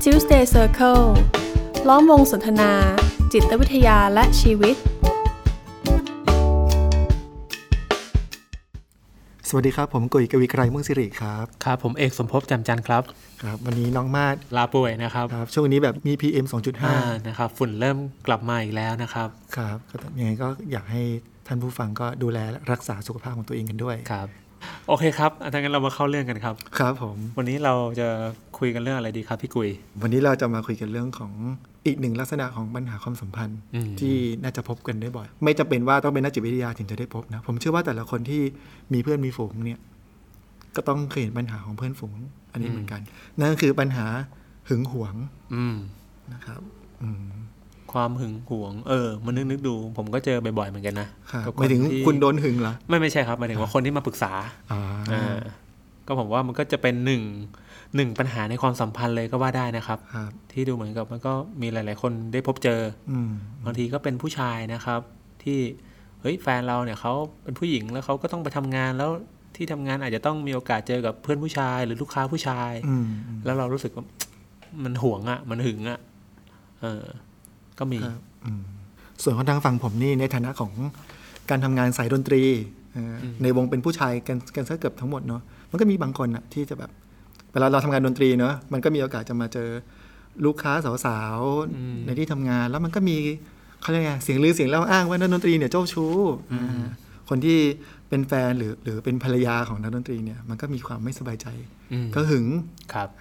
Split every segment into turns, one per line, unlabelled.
Tuesday Circle ล้อมวงสนทนาจิตวิทยาและชีวิต
สวัสดีครับผมกุยกวีไกรม่วงสิริครับ
ครับผมเอกสมภพแจ่มจันทร์ครับ
ครับวันนี้น้องมาด
ลาป่วยนะครับ
ช่วงนี้แบบมี PM 2.5
นะครับฝุ่นเริ่มกลับมาอีกแล้วนะครับ
ครับยังไงก็อยากให้ท่านผู้ฟังก็ดูแลรักษาสุขภาพของตัวเองกันด้วย
ครับโอเคครับถ้างั้นเรามาเข้าเรื่องกันครับ
ครับผม
วันนี้เราจะคุยกันเรื่องอะไรดีครับพี่กุย
วันนี้เราจะมาคุยกันเรื่องของอีกหนึ่งลักษณะของปัญหาความสัมพันธ์ที่น่าจะพบกันได้บ่อยไม่จำเป็นว่าต้องเป็นนักจิตวิทยาถึงจะได้พบนะผมเชื่อว่าแต่ละคนที่มีเพื่อนมีฝูงเนี่ยก็ต้องเคยเห็นปัญหาของเพื่อนฝูงอันนี้เหมือนกันนั่นก็คือปัญหาหึงหวงนะครับ
ความหึงหวงมันนึกดูผมก็เจอบ่อยๆเหมือนกันนะ
หมายถึงคุณโดนหึงเหรอ
ไม่ใช่ครับหมายถึงว่าคนที่มาปรึกษาก็ผมว่ามันก็จะเป็นหนึ่งปัญหาในความสัมพันธ์เลยก็ว่าได้นะครับที่ดูเหมือนกับมันก็มีหลายๆคนได้พบเจอบางทีก็เป็นผู้ชายนะครับที่เฮ้ยแฟนเราเนี่ยเขาเป็นผู้หญิงแล้วเขาก็ต้องไปทำงานแล้วที่ทำงานอาจจะต้องมีโอกาสเจอกับเพื่อนผู้ชายหรือลูกค้าผู้ชายแล้วเรารู้สึกว่ามันหวงมันหึงก็มี
ส่วนของทางฝั่งผมนี่ในฐานะของการทำงานสายดนตรีในวงเป็นผู้ชายกันซะเกือบทั้งหมดเนาะมันก็มีบางคนที่จะแบบเวลาเราทำงานดนตรีเนาะมันก็มีโอกาสจะมาเจอลูกค้าสาวๆในที่ทำงานแล้วมันก็มีเขาเรียกไงเสียงลือเสียงเล่าอ้างว่านักดนตรีเนี่ยเจ้าชู้คนที่เป็นแฟนหรือเป็นภรรยาของนักดนตรีเนี่ยมันก็มีความไม่สบายใจก็หึง
ครับ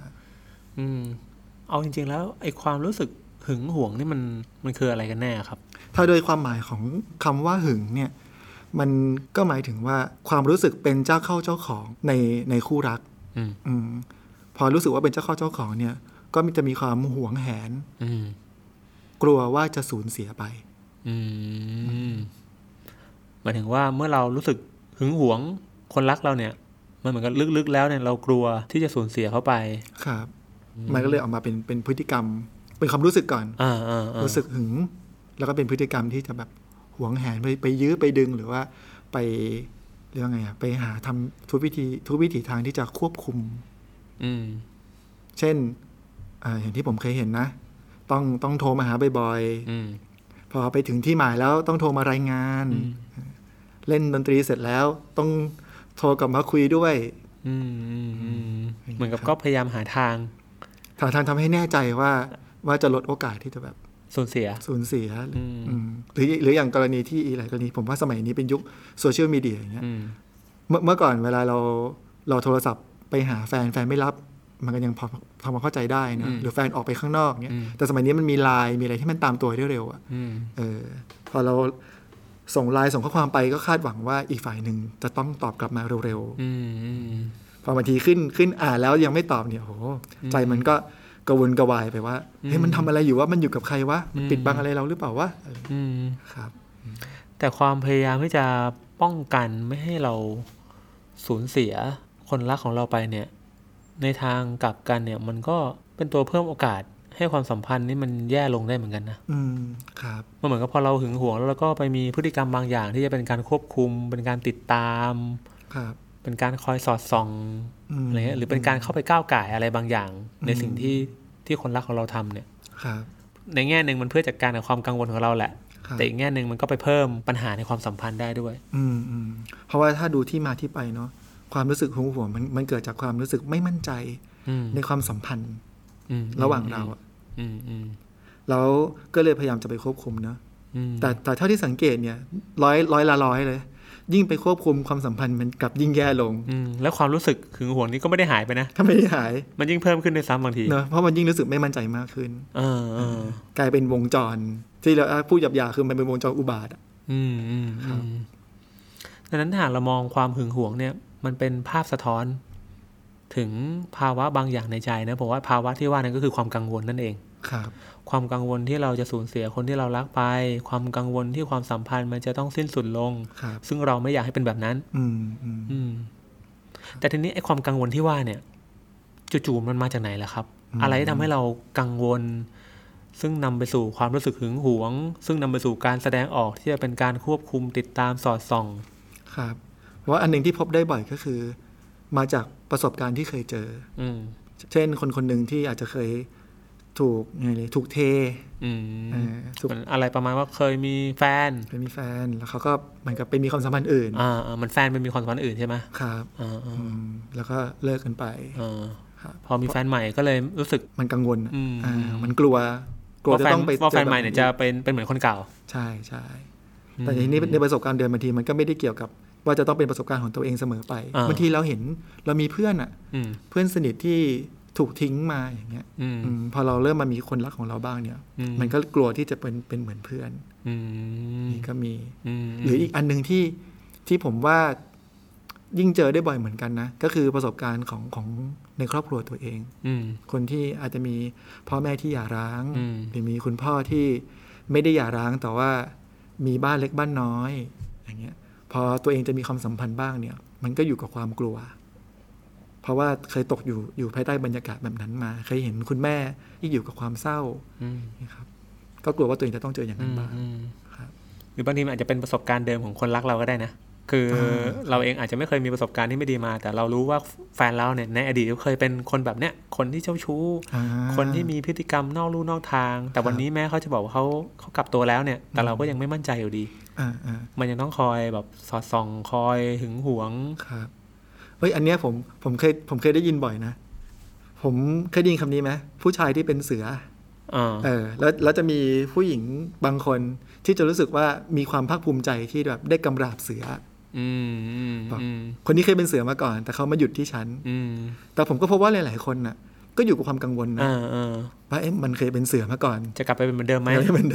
เอาจริงๆแล้วไอ้ความรู้สึกหึงหวงนี่มันคืออะไรกันแน่ครับ
ถ้าโดยความหมายของคำว่าหึงเนี่ยมันก็หมายถึงว่าความรู้สึกเป็นเจ้าเข้าเจ้าของในคู่รักพอรู้สึกว่าเป็นเจ้าเข้าเจ้าของเนี่ยก็จะมีความหวงแหนกลัวว่าจะสูญเสียไป
หมายถึงว่าเมื่อเรารู้สึกหึงหวงคนรักเราเนี่ยมันเหมือนกับลึกๆแล้วเนี่ยเรากลัวที่จะสูญเสียเขาไป
ครับมันก็เลยออกมาเป็นพฤติกรรมเป็นความรู้สึกก่อนรู้สึกหึงแล้วก็เป็นพฤติกรรมที่จะแบบหวงแหนไปยื้อไปดึงหรือว่าไปเรียกว่าไงไปหาทำทุกวิถีทางที่จะควบคุมเช่นอย่างที่ผมเคยเห็นนะต้องโทรมาหาบ่อยๆพอไปถึงที่หมายแล้วต้องโทรมารายงานเล่นดนตรีเสร็จแล้วต้องโทรกลับมาคุยด้วย
เหมือนกับก็พยายามหาทาง
ทำให้แน่ใจว่าจะลดโอกาสที่จะแบบ
สูญเสีย
หรืออย่างกรณีที่หลายกรณีผมว่าสมัยนี้เป็นยุคโซเชียลมีเดียอย่างเงี้ยเมื่อก่อนเวลาเราโทรศัพท์ไปหาแฟนไม่รับมันก็ยังพอมาเข้าใจได้นะหรือแฟนออกไปข้างนอกเงี้ยแต่สมัยนี้มันมีไลน์มีอะไรที่มันตามตัวได้เร็วพอเราส่งไลน์ส่งข้อความไปก็คาดหวังว่าอีกฝ่ายหนึ่งจะต้องตอบกลับมาเร็วๆพอบางทีขึ้นอ่านแล้วยังไม่ตอบเนี่ยโหใจมันก็กระวนกระวายไปว่าเฮ้ยมันทำอะไรอยู่ว่ามันอยู่กับใครวะมันปิดบังอะไรเราหรือเปล่าวะครับ
แต่ความพยายามที่จะป้องกันไม่ให้เราสูญเสียคนรักของเราไปเนี่ยในทางกลับกันเนี่ยมันก็เป็นตัวเพิ่มโอกาสให้ความสัมพันธ์นี่มันแย่ลงได้เหมือนกัน
นะครับ
มันเหมือนกับพอเราหึงหวงแล้วเราก็ไปมีพฤติกรรมบางอย่างที่จะเป็นการควบคุมเป็นการติดตามเป็นการคอยสอดส่องอะไรเงี้ยหรือเป็นการเข้าไปก้าวก่ายอะไรบางอย่างในสิ่งที่คนรักของเราทำเนี่ยในแง่นึงมันเพื่อจัดการกับความกังวลของเราแหละแต่อีกแง่นึงมันก็ไปเพิ่มปัญหาในความสัมพันธ์ได้ด้วย
เพราะว่าถ้าดูที่มาที่ไปเนาะความรู้สึกหึงหวงมันเกิดจากความรู้สึกไม่มั่นใจในความสัมพันธ์ระหว่างเราแล้วก็เลยพยายามจะไปควบคุมเนาะแต่เท่าที่สังเกตเนี่ยร้อยละร้อยเลยยิ่งไปควบคุมความสัมพันธ์มันกลับยิ่งแย่ลง
แล้วความรู้สึกหึงหวงนี้ก็ไม่ได้หายไปนะ
ถ้าไม่ได้หาย
มันยิ่งเพิ่มขึ้นด้วยซ้ำบางที
เนอะเพราะมันยิ่งรู้สึกไม่มั่นใจมากขึ้นกลายเป็นวงจรที่เราพูดหยาบๆคือมันเป็นวงจรอุบาท
ดังนั้นถ้าเรามองความหึงหวงเนี่ยมันเป็นภาพสะท้อนถึงภาวะบางอย่างในใจนะผมว่าภาวะที่ว่านั้นก็คือความกังวลนั่นเองความกังวลที่เราจะสูญเสียคนที่เรารักไปความกังวลที่ความสัมพันธ์มันจะต้องสิ้นสุดลงซึ่งเราไม่อยากให้เป็นแบบนั้นแต่ทีนี้ไอ้ความกังวลที่ว่าเนี่ยจู่ๆมันมาจากไหนล่ะครับอะไรที่ทำให้เรากังวลซึ่งนำไปสู่ความรู้สึกหึงหวงซึ่งนำไปสู่การแสดงออกที่จะเป็นการควบคุมติดตามสอดส่อง
ครับเพราะว่าอันหนึ่งที่พบได้บ่อยก็คือ มาจากประสบการณ์ที่เคยเจอเช่นคนคนหนึ่งที่อาจจะเคยถูกไงเลยถูกเท
มันอะไรประมาณว่าเคยมีแฟน
แล้วเขาก็เหมือนกับไปมีความสัมพันธ์อื่น
มันแฟนไปมีความสัมพันธ์อื่นใช่ไหม
ครับแล้วก็เลิกกันไป
พอมีแฟนใหม่ก็เลยรู้สึก
มันกังวลมันกลัวจะต้องไป
ว่าแฟนใหม่เนี่ยจะเป็นเหมือนคนเก่า
ใช่ใช่แต่ทีนี้ในประสบการณ์เดิมบางทีมันก็ไม่ได้เกี่ยวกับว่าจะต้องเป็นประสบการณ์ของตัวเองเสมอไปบางทีเราเห็นเรามีเพื่อนเพื่อนสนิทที่ถูกทิ้งมาอย่างเงี้ยพอเราเริ่มมามีคนรักของเราบ้างเนี่ยมันก็กลัวที่จะเป็นเหมือนเพื่อนนี่ก็มีหรืออีกอันนึงที่ผมว่ายิ่งเจอได้บ่อยเหมือนกันนะก็คือประสบการณ์ของในครอบครัวตัวเองคนที่อาจจะมีพ่อแม่ที่หย่าร้างหรือมีคุณพ่อที่ไม่ได้หย่าร้างแต่ว่ามีบ้านเล็กบ้านน้อยอย่างเงี้ยพอตัวเองจะมีความสัมพันธ์บ้างเนี่ยมันก็อยู่กับความกลัวเพราะว่าเคยตกอยู่ภายใต้บรรยากาศแบบนั้นมาเคยเห็นคุณแม่ที่อยู่กับความเศร้านะครับก็กลัวว่าตัวเองจะต้องเจออย่างนั้นบ้างครับ
หรือบางทีมันอาจจะเป็นประสบการณ์เดิมของคนรักเราก็ได้นะคือเราเองอาจจะไม่เคยมีประสบการณ์ที่ไม่ดีมาแต่เรารู้ว่าแฟนเราเนี่ยในอดีตเคยเป็นคนแบบเนี้ยคนที่เจ้าชู้คนที่มีพฤติกรรมนอกลู่นอกทางแต่วันนี้แม้เขาจะบอกว่าเขากลับตัวแล้วเนี่ยแต่เราก็ยังไม่มั่นใจอยู่ดีมันยังต้องคอยแบบสอดส่องคอยหึงหวง
ครับเฮ้ยอันเนี้ยผมเคยได้ยินบ่อยนะผมเคยได้ยินคำนี้ไหมผู้ชายที่เป็นเสือแล้วจะมีผู้หญิงบางคนที่จะรู้สึกว่ามีความภาคภูมิใจที่แบบได้กำราบเสือคนนี้เคยเป็นเสือมาก่อนแต่เขามาหยุดที่ฉันแต่ผมก็พบว่าหลายๆคนน่ะก็อยู่กับความกังวลนะว่ามันเคยเป็นเสือมาก่อน
จะกลับไปเป็นเหมือนเดิมไหม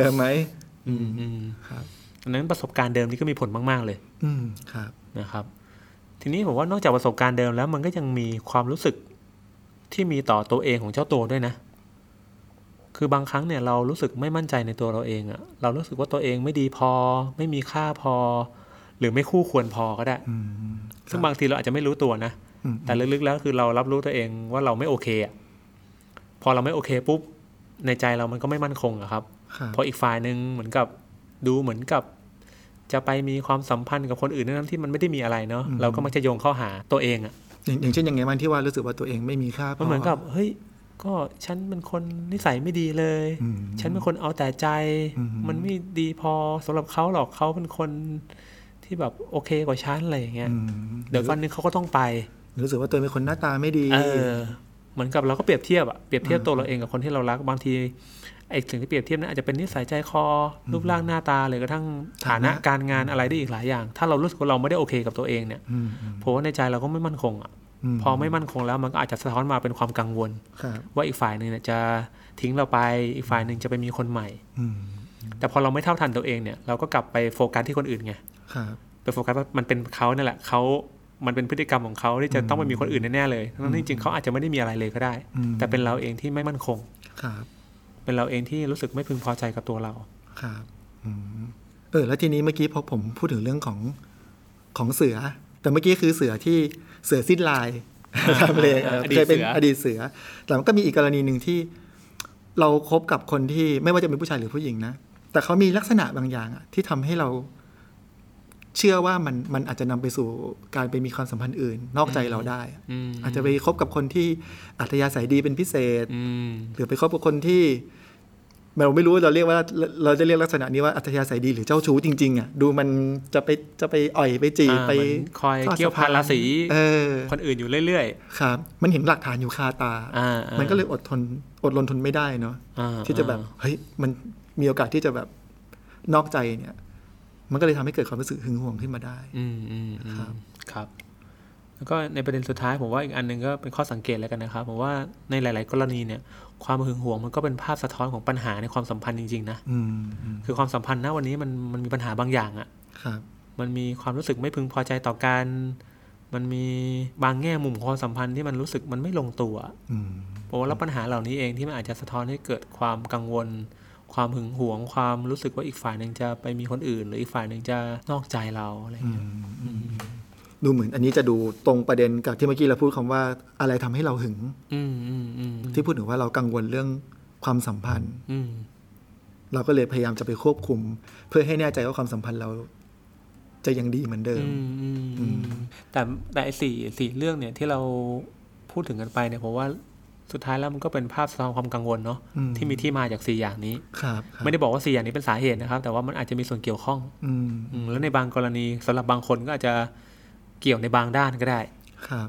ครับ
อันนั้นประสบการณ์เดิมนี่ก็มีผลมากๆเลย
ครับ
นะครับทีนี้ผมว่านอกจากประสบการณ์เดิมแล้วมันก็ยังมีความรู้สึกที่มีต่อตัวเองของเจ้าตัวด้วยนะคือบางครั้งเนี่ยเรารู้สึกไม่มั่นใจในตัวเราเองอะเรารู้สึกว่าตัวเองไม่ดีพอไม่มีค่าพอหรือไม่คู่ควรพอก็ได้ซึ่งบางทีเราอาจจะไม่รู้ตัวนะแต่ลึกๆแล้วคือเรารับรู้ตัวเองว่าเราไม่โอเคอะพอเราไม่โอเคปุ๊บในใจเรามันก็ไม่มั่นคงอะครับพออีกฝ่ายนึงเหมือนกับจะไปมีความสัมพันธ์กับคนอื่นนั้นที่มันไม่ได้มีอะไรเนาะเราก็มักจะโยงเข้าหาตัวเองอะ
อย่างเช่นอย่างไงบ้างที่ว่ารู้สึกว่าตัวเองไม่มีค่า
มันเหมือนกับเฮ้ยก็ฉันเป็นคนนิสัยไม่ดีเลยฉันเป็นคนเอาแต่ใจมันไม่ดีพอสำหรับเขาหรอกเขาเป็นคนที่แบบโอเคกว่าฉันอะไรอย่างเงี้ยเดี๋ยววันนึงเขาก็ต้องไป
รู้สึกว่าตัวเป็นคนหน้าตาไม่ดี
เหมือนกับเราก็เปรียบเทียบตัวเราเองกับคนที่เรารักบางทีไอ้สิ่งที่เปรียบเทียบนั้นอาจจะเป็นนิสัยใจคอรูปร่างหน้าตาเลยกระทั่งฐานะการงานอะไรได้อีกหลายอย่างถ้าเรารู้สึกว่าเราไม่ได้โอเคกับตัวเองเนี่ยเพราะว่าในใจเราก็ไม่มั่นคงอ่ะพอไม่มั่นคงแล้วมันก็อาจจะสะท้อนมาเป็นความกังวลว่าอีกฝ่ายนึงเนี่ยจะทิ้งเราไปอีกฝ่ายนึงจะไปมีคนใหม่แต่พอเราไม่เท่าทันตัวเองเนี่ยเราก็กลับไปโฟกัสที่คนอื่นไงไปโฟกัสว่ามันเป็นเขานั่นแหละมันเป็นพฤติกรรมของเขาที่จะต้องไปมีคนอื่นแน่ๆเลยทั้งที่จริงๆเขาอาจจะไม่ได้มีอะไรเลยก็ได้แต่เป็นเราเองที่ไม่มั่นคงเป็นเราเองที่รู้สึกไม่พึงพอใจกับตัวเรา
ครับแล้วทีนี้เมื่อกี้พอผมพูดถึงเรื่องของเสือแต่เมื่อกี้คือเสือที่เสือสิ้นลายครับเลยเคยเป็นอดีตเสือแต่มันก็มีอีกกรณีหนึ่งที่เราคบกับคนที่ไม่ว่าจะเป็นผู้ชายหรือผู้หญิงนะแต่เขามีลักษณะบางอย่างที่ทำให้เราเชื่อว่ามันอาจจะนำไปสู่การไปมีความสัมพันธ์อื่นนอกใจเราได้อาจจะไปคบกับคนที่อัธยาศัยดีเป็นพิเศษหรือไปคบกับคนที่เราไม่รู้เราจะเรียกลักษณะนี้ว่าอัธยาศัยดีหรือเจ้าชู้จริงๆอ่ะดูมันจะไปอ่อยไปจีบไป
คอยเกี่ยวพาราศีคนอื่นอยู่เรื่อย
ๆครับมันเห็นหลักฐานอยู่คาตามันก็เลยอดรนทนไม่ได้เนาะที่จะแบบเฮ้ยมันมีโอกาสที่จะแบบนอกใจเนี่ยมันก็เลยทำให้เกิดความรู้สึกหึงหวงขึ้นมาได้
ครับแล้วก็ในประเด็นสุดท้ายผมว่าอีกอันนึงก็เป็นข้อสังเกตแล้วกันนะครับผมว่าในหลายๆกรณีเนี่ยความหึงหวงมันก็เป็นภาพสะท้อนของปัญหาในความสัมพันธ์จริงๆนะคือความสัมพันธ์ณวันนี้มันมีปัญหาบางอย่างอ่ะมันมีความรู้สึกไม่พึงพอใจต่อกันมันมีบางแง่มุมของความสัมพันธ์ที่มันรู้สึกมันไม่ลงตัวเพราะว่าปัญหาเหล่านี้เองที่มันอาจจะสะท้อนให้เกิดความกังวลความหึงหวงความรู้สึกว่าอีกฝ่ายนึงจะไปมีคนอื่นหรืออีกฝ่ายนึงจะนอกใจเราอะไรอย่างเงี้ย
ดูเหมือนอันนี้จะดูตรงประเด็นกับที่เมื่อกี้เราพูดคำว่าอะไรทำให้เราหึงที่พูดถึงว่าเรากังวลเรื่องความสัมพันธ์เราก็เลยพยายามจะไปควบคุมเพื่อให้แน่ใจว่าความสัมพันธ์เราจะยังดีเหมือนเดิม
แต่ไอ้สี่เรื่องเนี่ยที่เราพูดถึงกันไปเนี่ยผมว่าสุดท้ายแล้วมันก็เป็นภาพสะท้อนความกังวลเนาะที่มีที่มาจาก4อย่างนี้ไม่ได้บอกว่า4อย่างนี้เป็นสาเหตุนะครับแต่ว่ามันอาจจะมีส่วนเกี่ยวข้องแล้วในบางกรณีสำหรับบางคนก็อาจจะเกี่ยวในบางด้านก็ได้
ครับ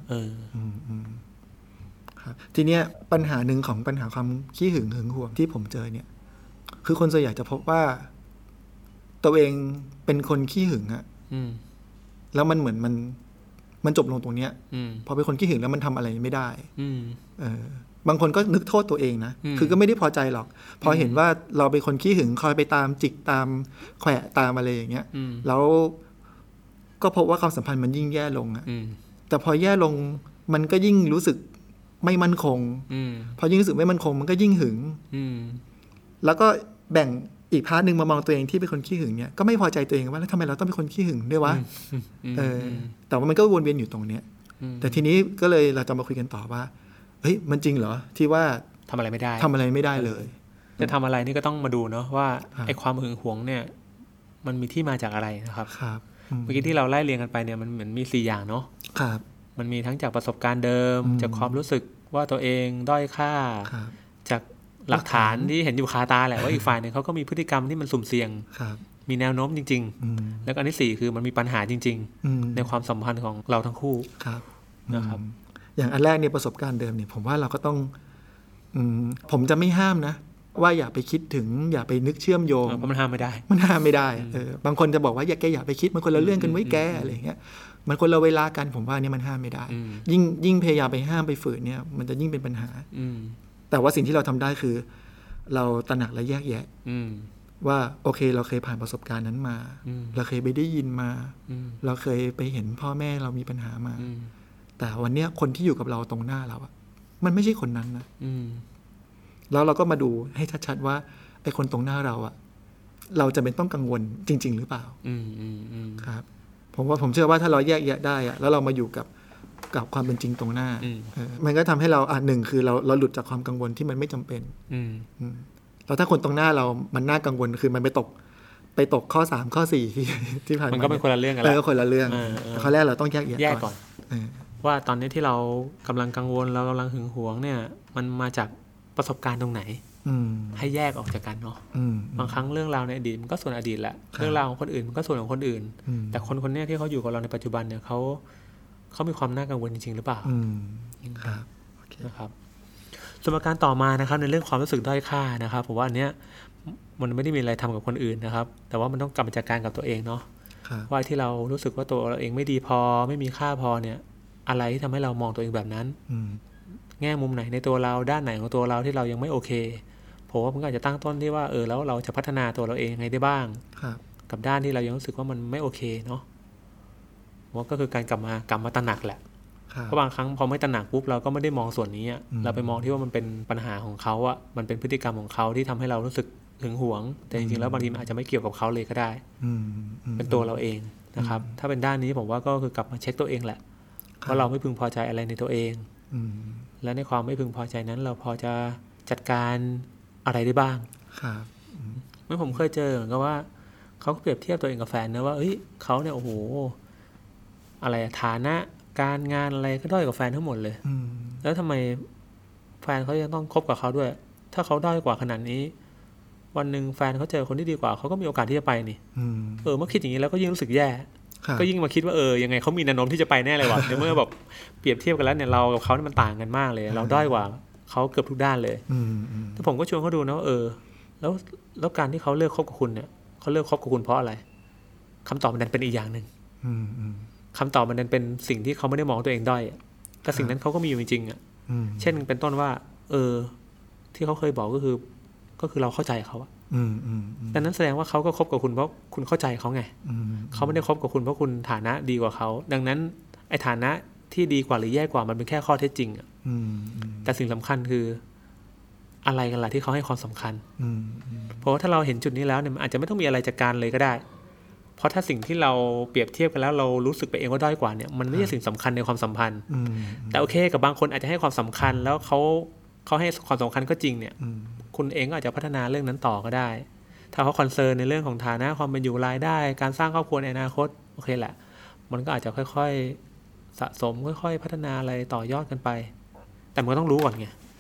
ครับทีเนี้ยปัญหาหนึ่งของปัญหาความขี้หึงหึงหวงที่ผมเจอเนี่ยคือคนส่วนใหญ่จะพบว่าตัวเองเป็นคนขี้หึงอะแล้วมันเหมือนมันจบลงตรงเนี้ยพอเป็นคนขี้หึงแล้วมันทำอะไรไม่ได้บางคนก็นึกโทษตัวเองนะคือก็ไม่ได้พอใจหรอกพอเห็นว่าเราเป็นคนขี้หึงคอยไปตามจิกตามแขวะตามอะไรอย่างเงี้ยแล้วก็พบว่าความสัมพันธ์มันยิ่งแย่ลงอะแต่พอแย่ลงมันก็ยิ่งรู้สึกไม่มั่นคงพอยิ่งรู้สึกไม่มั่นคงมันก็ยิ่งหึงแล้วก็แบ่งอีกพาร์ทนึงมามองตัวเองที่เป็นคนขี้หึงเนี่ยก็ไม่พอใจตัวเองว่าแล้วทำไมเราต้องเป็นคนขี้หึงด้วยวะแต่ว่ามันก็วนเวียนอยู่ตรงเนี้ยแต่ทีนี้ก็เลยเราจะมาคุยกันต่อว่าเฮ้ยมันจริงเหรอที่ว่า
ทำอะไรไม่
ได้เลย
จะทำอะไรนี่ก็ต้องมาดูเนาะว่าไอ้ความหึงหวงเนี่ยมันมีที่มาจากอะไรนะครับเมื่อกี้ที่เราไล่เรียงกันไปเนี่ยมันเหมือนมี4อย่างเนาะมันมีทั้งจากประสบการณ์เดิมจากความรู้สึกว่าตัวเองด้อยค่าจากหลักฐานที่เห็นอยู่คาตาแหละว่าอีกฝ่ายนึงเขาก็มีพฤติกรรมที่มันสุ่มเสี่ยงมีแนวโน้มจริงๆแล้วอันที่4คือมันมีปัญหาจริงๆในความสัมพันธ์ของเราทั้งคู่นะครับ
อย่างอันแรกเนี่ยประสบการณ์เดิมเนี่ยผมว่าเราก็ต้องผมจะไม่ห้ามนะว่าอย่าไปคิดถึงอย่าไปนึกเชื่อมโยง
เพราะมันห้ามไม่ได้
บางคนจะบอกว่าอย่าไปคิดมันคนละเรื่องกันไว้แกอะไรอย่างเงี้ยมันคนละเวลากันผมว่านี่มันห้ามไม่ได้ยิ่งพยายามไปห้ามไปฝืนเนี่ยมันจะยิ่งเป็นปัญหาแต่ว่าสิ่งที่เราทำได้คือเราตระหนักและแยกแยะว่าโอเคเราเคยผ่านประสบการณ์นั้นมาเราเคยไปได้ยินมาเราเคยไปเห็นพ่อแม่เรามีปัญหามาแต่วันนี้คนที่อยู่กับเราตรงหน้าเราอะมันไม่ใช่คนนั้นนะแล้วเราก็มาดูให้ชัดๆว่าไอ้คนตรงหน้าเราอะเราจะเป็นต้องกังวลจริงๆหรือเปล่าครับผมเชื่อว่าถ้าเราแยกแยะได้อะแล้วเรามาอยู่กับความเป็นจริงตรงหน้ามันก็ทำให้เราหนึ่งคือเราหลุดจากความกังวลที่มันไม่จำเป็นแล้วถ้าคนตรงหน้าเรามันน่ากังวลคือมันไปตกข้อ3ข้อ4ที่ผ่านมา
มันก็เป็นคนละเรื่องกัน
แล้วคนละเรื่องข้อแรกเราต้องแยกแยะก่อน
ว่าตอนนี้ที่เรากำลังกังวลเรากำลังหึงหวงเนี่ยมันมาจากประสบการณ์ตรงไหนให้แยกออกจากกันเนาะบางครั้งเรื่องราวในอดีตมันก็ส่วนอดีตแหละเรื่องราวของคนอื่นมันก็ส่วนของคนอื่นแต่คนนี้ที่เขาอยู่กับเราในปัจจุบันเนี่ยเขามีความน่ากังวลจริงๆหรือเปล่านะครับส่วนประการต่อมานะครับในเรื่องความรู้สึกด้อยค่านะครับผมว่าอันเนี้ยมันไม่ได้มีอะไรทำกับคนอื่นนะครับแต่ว่ามันต้องกลับมาจัดการกับตัวเองเนาะว่าที่เรารู้สึกว่าตัวเราเองไม่ดีพอไม่มีค่าพอเนี่ยอะไรที่ทำให้เรามองตัวเองแบบนั้นแง่มุมไหนในตัวเราด้านไหนของตัวเราที่เรายังไม่โอเคผมว่ามันก็อาจจะตั้งต้นที่ว่าแล้วเราจะพัฒนาตัวเราเองยังไงได้บ้างกับด้านที่เรายังรู้สึกว่ามันไม่โอเคเนาะว่าก็คือการกลับมาตระหนักแหละเพราะบางครั้งพอไม่ตระหนักปุ๊บเราก็ไม่ได้มองส่วนนี้เราไปมองที่ว่ามันเป็นปัญหาของเขาอะมันเป็นพฤติกรรมของเขาที่ทำให้เรารู้สึกหึงหวงแต่จริงๆแล้วบางทีมันอาจจะไม่เกี่ยวกับเขาเลยก็ได้เป็นตัวเราเองนะครับถ้าเป็นด้านนี้ผมว่าก็คือกลับมาเช็คตัวเองแหละว่าเราไม่พึงพอใจอะไรในตัวเองและในความไม่พึงพอใจนั้นเราพอจะจัดการอะไรได้บ้าง
ครับ
เมื่อผมเคยเจอเหมือนกับว่าเขาเปรียบเทียบตัวเองกับแฟนนะว่าเขาเนี่ยโอ้โหอะไรฐานะการงานอะไรก็ด้อยกว่าแฟนทั้งหมดเลยแล้วทำไมแฟนเขายังต้องคบกับเขาด้วยถ้าเขาด้อยกว่าขนาดนี้วันหนึ่งแฟนเขาเจอคนที่ดีกว่าเขาก็มีโอกาสที่จะไปนี่เมื่อคิดอย่างนี้แล้วก็ยิ่งรู้สึกแย่ก็ยิ่งมาคิดว่ายังไงเขามีแนวโน้มที่จะไปแน่เลยว่ะเมื่อแบบเปรียบเทียบกันแล้วเนี่ยเรากับเขาเนี่ยมันต่างกันมากเลยเราด้อยกว่าเขาเกือบทุกด้านเลยแต่ผมก็ชวนเขาดูนะว่าแล้วการที่เขาเลิกคบกับคุณเนี่ยเขาเลิกคบกับคุณเพราะอะไรคำตอบมันเป็นอีกอย่างนึงคำตอบมันเป็นสิ่งที่เขาไม่ได้มองตัวเองด้อยแต่สิ่งนั้นเขาก็มีอยู่จริงๆอ่ะเช่นเป็นต้นว่าที่เขาเคยบอกก็คือเราเข้าใจเขาอ่ะดังนั้นแสดงว่าเขาก็คบกับคุณเพราะคุณเข้าใจเขาไงเขาไม่ได้คบกับคุณเพราะคุณฐานะดีกว่าเขาดังนั้นไอ้ฐานะที่ดีกว่าหรือแย่กว่ามันเป็นแค่ข้อเท็จจริงอ่ะแต่สิ่งสำคัญคืออะไรกันล่ะที่เขาให้ความสำคัญเพราะว่าถ้าเราเห็นจุดนี้แล้วเนี่ยมันอาจจะไม่ต้องมีอะไรจัดการเลยก็ได้เพราะถ้าสิ่งที่เราเปรียบเทียบกันแล้วเรารู้สึกไปเองว่าด้อยกว่าเนี่ยมันไม่ใช่สิ่งสำคัญในความสัมพันธ์แต่โอเคกับบางคนอาจจะให้ความสำคัญแล้วเขาให้ความสำคัญก็จริงเนี่ยคุณเองก็อาจจะพัฒนาเรื่องนั้นต่อก็ได้ถ้าเขาคอนเซิร์นในเรื่องของฐานะความเป็นอยู่รายได้การสร้างครอบครัวในอนาคตโอเคแหละมันก็อาจจะค่อยๆสะสมค่อยๆพัฒนาอะไรต่อยอดกันไปแต่มันก็ต้องรู้ก่อนไง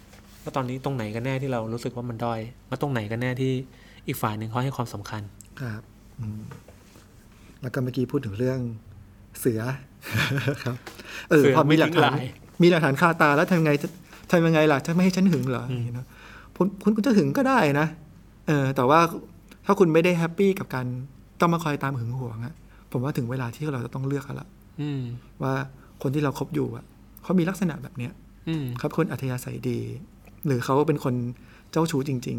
ว่าตอนนี้ตรงไหนกันแน่ที่เรารู้สึกว่ามันด้อยว่าตรงไหนกันแน่ที่อีกฝ่ายหนึ่งเขาให้ความสำคัญ
ครับแล้วก็เมื่อกี้พูดถึงเรื่องเสือครับพอมีหลักฐานคาตาแล้วทำยังไงล่ะจะไม่ให้ฉันหึงเหรอเนาะคุณจะหึงก็ได้นะแต่ว่าถ้าคุณไม่ได้แฮปปี้กับการต้องมาคอยตามหึงหวงอะผมว่าถึงเวลาที่เราจะต้องเลือกแล้วว่าคนที่เราคบอยู่อะเขามีลักษณะแบบเนี้ยเขาเป็นคนอัธยาศัยดีหรือเขาเป็นคนเจ้าชู้จริง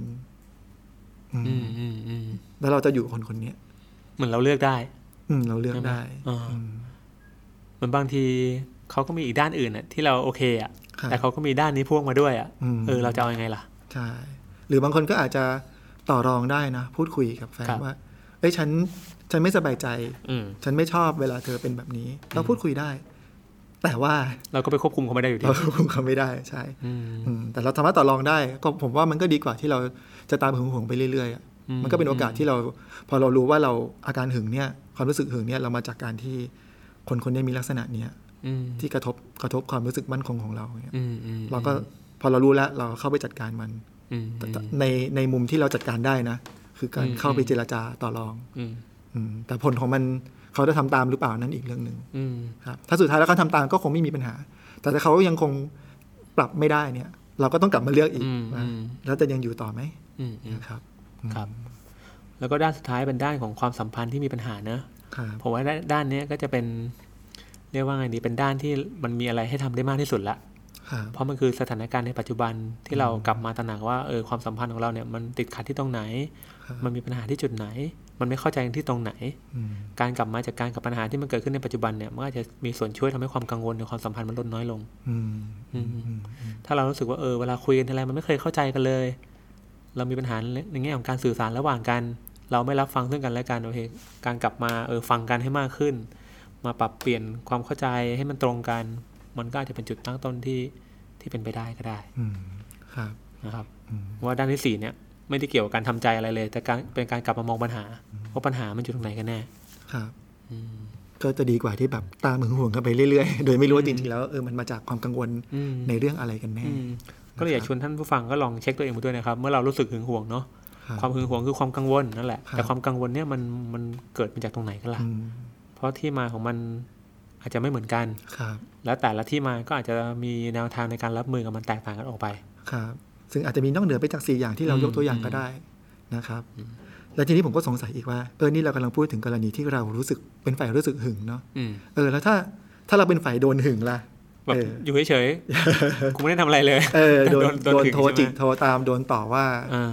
ๆแล้วเราจะอยู่คนนี้
เหมือนเราเลือกได้
เราเลือกได้
เหมือนบางทีเขาก็มีอีกด้านอื่นอะที่เราโอเคอะแต่เขาก็มีด้านนี้พ่วงมาด้วยอะเราจะเอายังไงล่ะ
ใช่หรือบางคนก็อาจจะต่อรองได้นะพูดคุยกับแฟนว่าเอ้ยฉันไม่สบายใจฉันไม่ชอบเวลาเธอเป็นแบบนี้เราพูดคุยได้แต่ว่า
เราก็ไปควบคุมเขาไม่ได้อยู่ดี
เราควบคุมเขาไม่ได้ใช่แต่เราสามารถต่อรองได้ก็ผมว่ามันก็ดีกว่าที่เราจะตามหึงหวงไปเรื่อยๆมันก็เป็นโอกาสที่เราพอเรารู้ว่าเราอาการหึงเนี่ยความรู้สึกหึงเนี่ยเรามาจากการที่คนนี้มีลักษณะเนี้ยที่กระทบความรู้สึกมั่นคงของเราเนี่ยเราก็พอเรารู้แล้วเราเข้าไปจัดการมันในมุมที่เราจัดการได้นะคือการเข้าไปเจรจาต่อรองแต่ผลของมันเขาจะทำตามหรือเปล่านั่นอีกเรื่องนึงครับถ้าสุดท้ายแล้วเขาทำตามก็คงไม่มีปัญหาแต่ถ้าเขายังคงปรับไม่ได้เนี่ยเราก็ต้องกลับมาเลือกอีกแล้วจะยังอยู่ต่อไหมนะครับ
ครับแล้วก็ด้านสุดท้ายเป็นด้านของความสัมพันธ์ที่มีปัญหานะผมว่าด้านนี้ก็จะเป็นเรียกว่าไงดีเป็นด้านที่มันมีอะไรให้ทำได้มากที่สุดละเพราะมันคือสถานการณ์ในปัจจุบันที่เรากลับมาตระหนักว่าความสัมพันธ์ของเราเนี่ยมันติดขัดที่ตรงไหนมันมีปัญหาที่จุดไหนมันไม่เข้าใจที่ตรงไหนการกลับมาจากการกับปัญหาที่มันเกิดขึ้นในปัจจุบันเนี่ยมันอาจจะมีส่วนช่วยทำให้ความกังวลในความสัมพันธ์มันลดน้อยลงถ้าเรารู้สึกว่าเวลาคุยกันอะไรมันไม่เคยเข้าใจกันเลยเรามีปัญหาในแง่ของการสื่อสารระหว่างกันเราไม่รับฟังซึ่งกันและกันโอเคการกลับมาฟังกันให้มากขึ้นมาปรับเปลี่ยนความเข้าใจให้มันตรงกันมันก็อาจจะเป็นจุดตั้งต้นที่เป็นไปได้ก็ได้นะครับว่าด้านที่4เนี่ยไม่ได้เกี่ยวกับการทำใจอะไรเลยแต่เป็นการกลับมามองปัญหาว่าปัญหามันอยู่ตรงไหนกันแน่
ครับก็จะดีกว่าที่แบบตามหึงหวงกันไปเรื่อยๆโดยไม่รู้ว่าจริงๆแล้วมันมาจากความกังวลในเรื่องอะไรกันแน่
ก็เลยอยากชวนท่านผู้ฟังก็ลองเช็คตัวเองมาด้วยนะครับเมื่อเรารู้สึกหึงหวงเนาะความหึงหวงคือความกังวลนั่นแหละแต่ความกังวลเนี่ยมันเกิดมาจากตรงไหนกันล่ะเพราะที่มาของมันอาจจะไม่เหมือนกันแล้วแต่ละที่มาก็อาจจะมีแนวทางในการรับมือกับมันแตกต่างกันออกไป
ครับซึ่งอาจจะมีนอกเหนือไปจาก4อย่างที่เรายกตัวอย่างก็ได้นะครับแล้วทีนี้ผมก็สงสัยอีกว่านี่เรากำลังพูดถึงกรณีที่เรารู้สึกเป็นฝ่ายรู้สึกหึงเนาะแล้วถ้าเราเป็นฝ่ายโดนหึงล่ะ
อยู่เฉยๆกูไม่ได้ทำอะไรเลย
โดนโทรจิกโทรตามโดนต่อว่า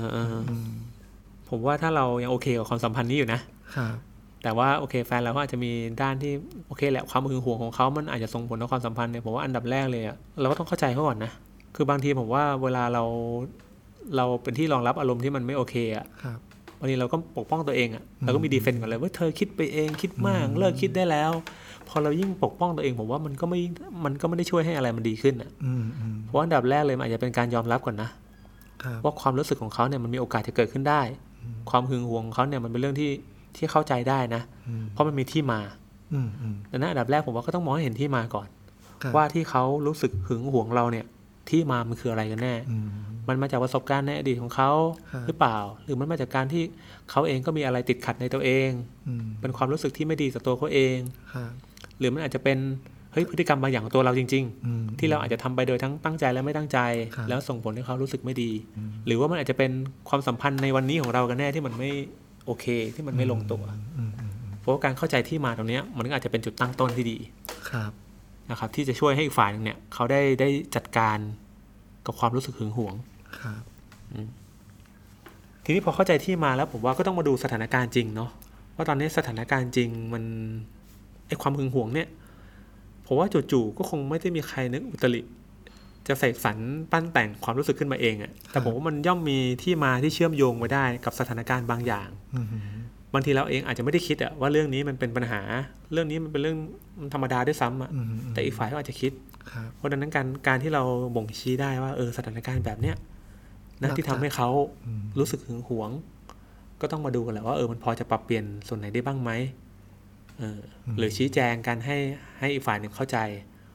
ผมว่าถ้าเรายังโอเคกับความสัมพันธ์นี้อยู่นะแต่ว่าโอเคแฟนเราก็อาจจะมีด้านที่โอเคแหละความหึงหวงของเขามันอาจจะส่งผลต่อความสัมพันธ์เนี่ยผมว่าอันดับแรกเลยเราก็ต้องเข้าใจเขาก่อนนะคือบางทีผมว่าเวลาเราเป็นที่รองรับอารมณ์ที่มันไม่โอเคอ่ะบางทีเราก็ปกป้องตัวเองอ่ะเราก็มีดีเฟนต์ก่อนเลยว่าเธอคิดไปเองคิดมากเลิกคิดได้แล้วพอเรายิ่งปกป้องตัวเองผมว่ามันก็ไม่ได้ช่วยให้อะไรมันดีขึ้นอ่ะเพราะอันดับแรกเลยมันอาจจะเป็นการยอมรับก่อนนะว่าความรู้สึกของเขาเนี่ยมันมีโอกาสจะเกิดขึ้นได้ความหึงหวงของเขาเนี่ยมันเป็นเรื่องที่เข้าใจได้นะเพราะมันมีที่มาดังนั้นอันดับแรกผมว่าก็ต้องมองให้เห็นที่มาก่อนว่าที่เขารู้สึกหึงหวงเราเนี่ยที่มามันคืออะไรกันแน่มันมาจากประสบการณ์ในอดีตของเขาหรือเปล่าหรือมันมาจากการที่เขาเองก็มีอะไรติดขัดในตัวเองเป็นความรู้สึกที่ไม่ดีกับตัวเขาเองหรือมันอาจจะเป็นพฤติกรรมบางอย่างของตัวเราจริงๆที่เราอาจจะทำไปโดยทั้งตั้งใจและไม่ตั้งใจแล้วส่งผลให้เขารู้สึกไม่ดีหรือว่ามันอาจจะเป็นความสัมพันธ์ในวันนี้ของเรากันแน่ที่มันไม่โอเคที่มันไม่ลงตัวเพราะการเข้าใจที่มาตรงนี้มันก็อาจจะเป็นจุดตั้งต้นที่ดีนะครับที่จะช่วยให้อีกฝ่ายนึงเนี่ยเขาได้จัดการกับความรู้สึกหึงหวงทีนี้พอเข้าใจที่มาแล้วผมว่าก็ต้องมาดูสถานการณ์จริงเนาะว่าตอนนี้สถานการณ์จริงมันความหึงหวงเนี่ยผมว่าจู่ๆก็คงไม่ได้มีใครนึกอุตริจะใส่ฝันปั้นแต่งความรู้สึกขึ้นมาเองอ่ะแต่ผมว่ามันย่อมมีที่มาที่เชื่อมโยงไว้ได้กับสถานการณ์บางอย่างบางทีเราเองอาจจะไม่ได้คิดว่าเรื่องนี้มันเป็นปัญหาเรื่องนี้มันเป็นเรื่องธรรมดาด้วยซ้ำแต่อีกฝ่ายก็อาจจะคิดเพราะฉะนั้นการที่เราบ่งชี้ได้ว่าสถานการณ์แบบเนี้ยนะที่ทำให้เขารู้สึกหึงหวงก็ต้องมาดูกันแหละว่ามันพอจะปรับเปลี่ยนส่วนไหนได้บ้างไหมหรือชี้แจงกันให้อีกฝ่ายหนึ่งเข้าใจ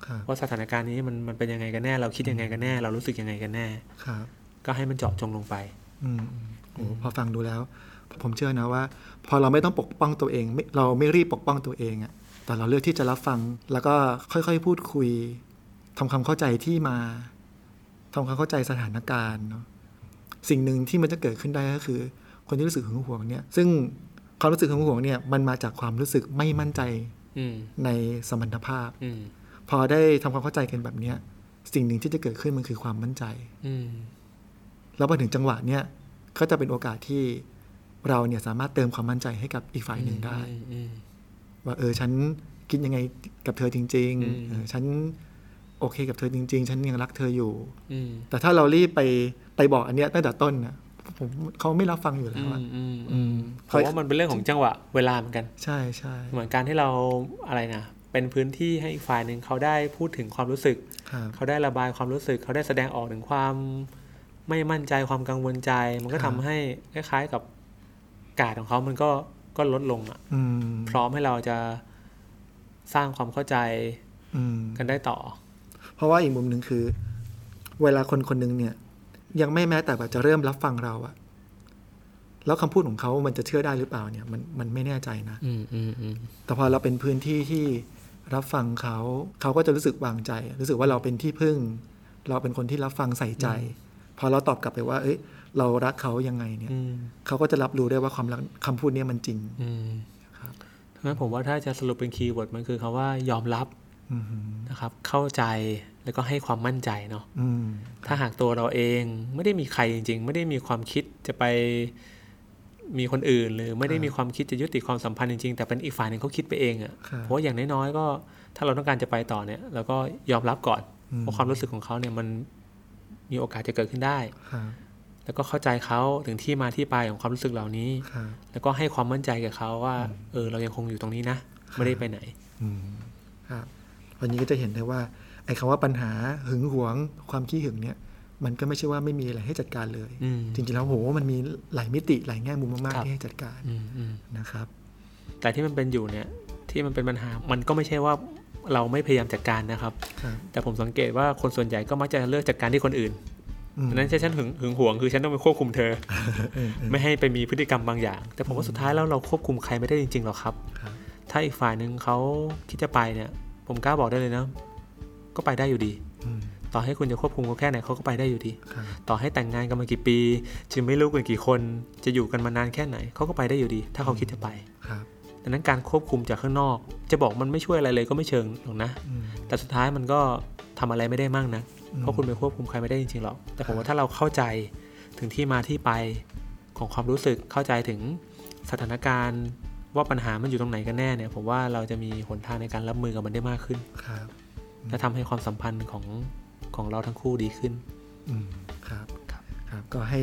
ว่าสถานการณ์นี้มันเป็นยังไงกันแน่เราคิดยังไงกันแน่เรารู้สึกยังไงกันแน่ก็ให้มันเจาะจงลงไป
พอฟังดูแล้วผมเชื่อนะว่าพอเราไม่ต้องปกป้องตัวเองเราไม่รีบปกป้องตัวเองอะแต่เราเลือกที่จะรับฟังแล้วก็ค่อยๆพูดคุยทำความเข้าใจที่มาทำความเข้าใจสถานการณ์เนาะสิ่งหนึ่งที่มันจะเกิดขึ้นได้ก็คือคนที่รู้สึกหึงหวงเนี่ยซึ่งความรู้สึกหึงหวงเนี่ยมันมาจากความรู้สึกไม่มั่นใจในสมรรถภาพพอได้ทำความเข้าใจกันแบบนี้สิ่งหนึ่งที่จะเกิดขึ้นมันคือความมั่นใจแล้วพอถึงจังหวะเนี้ยก็จะเป็นโอกาสที่เราเนี่ยสามารถเติมความมั่นใจให้กับอีกฝ่ายหนึ่งได้ว่าฉันคิดยังไงกับเธอจริงๆฉันโอเคกับเธอจริงๆฉันยังรักเธออยู่แต่ถ้าเรารีบไปบอกอันเนี้ยตั้งแต่ต้นนะเขาไม่รับฟังอยู่แล้ว
เพราะว่ามันเป็นเรื่องของจังหวะเวลาเหมือนกัน
ใช่ใช่
เหมือนการที่เราอะไรนะเป็นพื้นที่ให้อีกฝ่ายหนึ่งเขาได้พูดถึงความรู้สึกเขาได้ระบายความรู้สึกเขาได้แสดงออกถึงความไม่มั่นใจความกังวลใจมันก็ทำให้คล้ายๆกับกาดของเขามันก็ลดลงอ่ะพร้อมให้เราจะสร้างความเข้าใจกันได้ต่อ
เพราะว่าอีกมุมหนึ่งคือเวลาคนคนนึงเนี่ยยังไม่แม้แต่แบบจะเริ่มรับฟังเราอะแล้วคำพูดของเขามันจะเชื่อได้หรือเปล่าเนี่ยมันไม่แน่ใจนะแต่พอเราเป็นพื้นที่ที่รับฟังเขาก็จะรู้สึกวางใจรู้สึกว่าเราเป็นที่พึ่งเราเป็นคนที่รับฟังใส่ใจพอเราตอบกลับไปว่าเอ้ยเรารักเขายังไงเนี่ยเขาก็จะรับรู้ได้ว่าความรักคำพูดนี้มันจริง
ครับงั้นผมว่าถ้าจะสรุปเป็นคีย์เวิร์ดมันคือคำว่ายอมรับนะครับเข้าใจแล้วก็ให้ความมั่นใจเนาะถ้าหากตัวเราเองไม่ได้มีใครจริงๆไม่ได้มีความคิดจะไปมีคนอื่นหรือไม่ได้มีความคิดจะยุติความสัมพันธ์จริงๆแต่เป็นอีกฝ่ายหนึ่งเขาคิดไปเองอ่ะเพราะอย่างน้อยๆก็ถ้าเราต้องการจะไปต่อเนี่ยเราก็ยอมรับก่อนว่าความรู้สึกของเขาเนี่ยมันมีโอกาสจะเกิดขึ้นได้แล้วก็เข้าใจเขาถึงที่มาที่ไปของความรู้สึกเหล่านี้แล้วก็ให้ความมั่นใจกับเขาว่าเรายังคงอยู่ตรงนี้นะไม่ได้ไปไหน
ครับวันนี้ก็จะเห็นได้ว่าไอ้คำว่าปัญหาหึงหวงความขี้หึงเนี่ยมันก็ไม่ใช่ว่าไม่มีอะไรให้จัดการเลยจริงๆแล้วโหมันมีหลายมิติหลายแง่มุมมากๆที่ให้จัดการนะครับ
แต่ที่มันเป็นอยู่เนี่ยที่มันเป็นปัญหามันก็ไม่ใช่ว่าเราไม่พยายามจัดการนะครับแต่ผมสังเกตว่าคนส่วนใหญ่ก็มักจะเลือกจัดการที่คนอื่นนั้นฉันหึงหวงคือฉันต้องไปควบคุมเธอ ไม่ให้ไปมีพฤติกรรมบางอย่างแต่ผมว่าสุดท้ายแล้วเราควบคุมใครไม่ได้จริงๆหรอกครับถ้าอีกฝ่ายนึงเขาคิดจะไปเนี่ยผมกล้าบอกได้เลยนะก็ไปได้อยู่ดีต่อให้คุณจะควบคุมเขาแค่ไหนเขาก็ไปได้อยู่ดีต่อให้แต่งงานกันมากี่ปีจะไม่รู้กันกี่คนจะอยู่กันมานานแค่ไหนเขาก็ไปได้อยู่ดีถ้าเขาคิดจะไปดังนั้นการควบคุมจากข้างนอกจะบอกมันไม่ช่วยอะไรเลยก็ไม่เชิงหรอกนะแต่สุดท้ายมันก็ทำอะไรไม่ได้มากนะเพราะคุณไปควบคุมใครไม่ได้จริงๆหรอกแต่ผมว่าถ้าเราเข้าใจถึงที่มาที่ไปของความรู้สึกเข้าใจถึงสถานการณ์ว่าปัญหามันอยู่ตรงไหนกันแน่เนี่ยผมว่าเราจะมีหนทางในการรับมือกับมันได้มากขึ้นและทำให้ความสัมพันธ์ของเราทั้งคู่ดีขึ้น
ครับก็ให้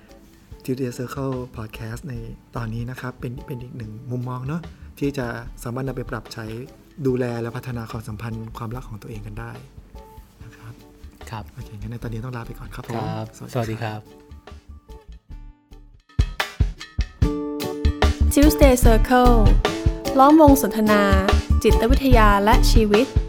Tutor Circle Podcast ในตอนนี้นะครับเป็นอีกหนึ่งมุมมองเนาะที่จะสามารถนำไปปรับใช้ดูแลและพัฒนาความสัมพันธ์ความรักของตัวเองกันได้นะครับ
ครับ
โอเคงั้นในตอนนี้ต้องลาไปก่อนครับผม
สวัสดีครับ
Tuesday Circle ล้อมวงสนทนาจิตวิทยาและชีวิต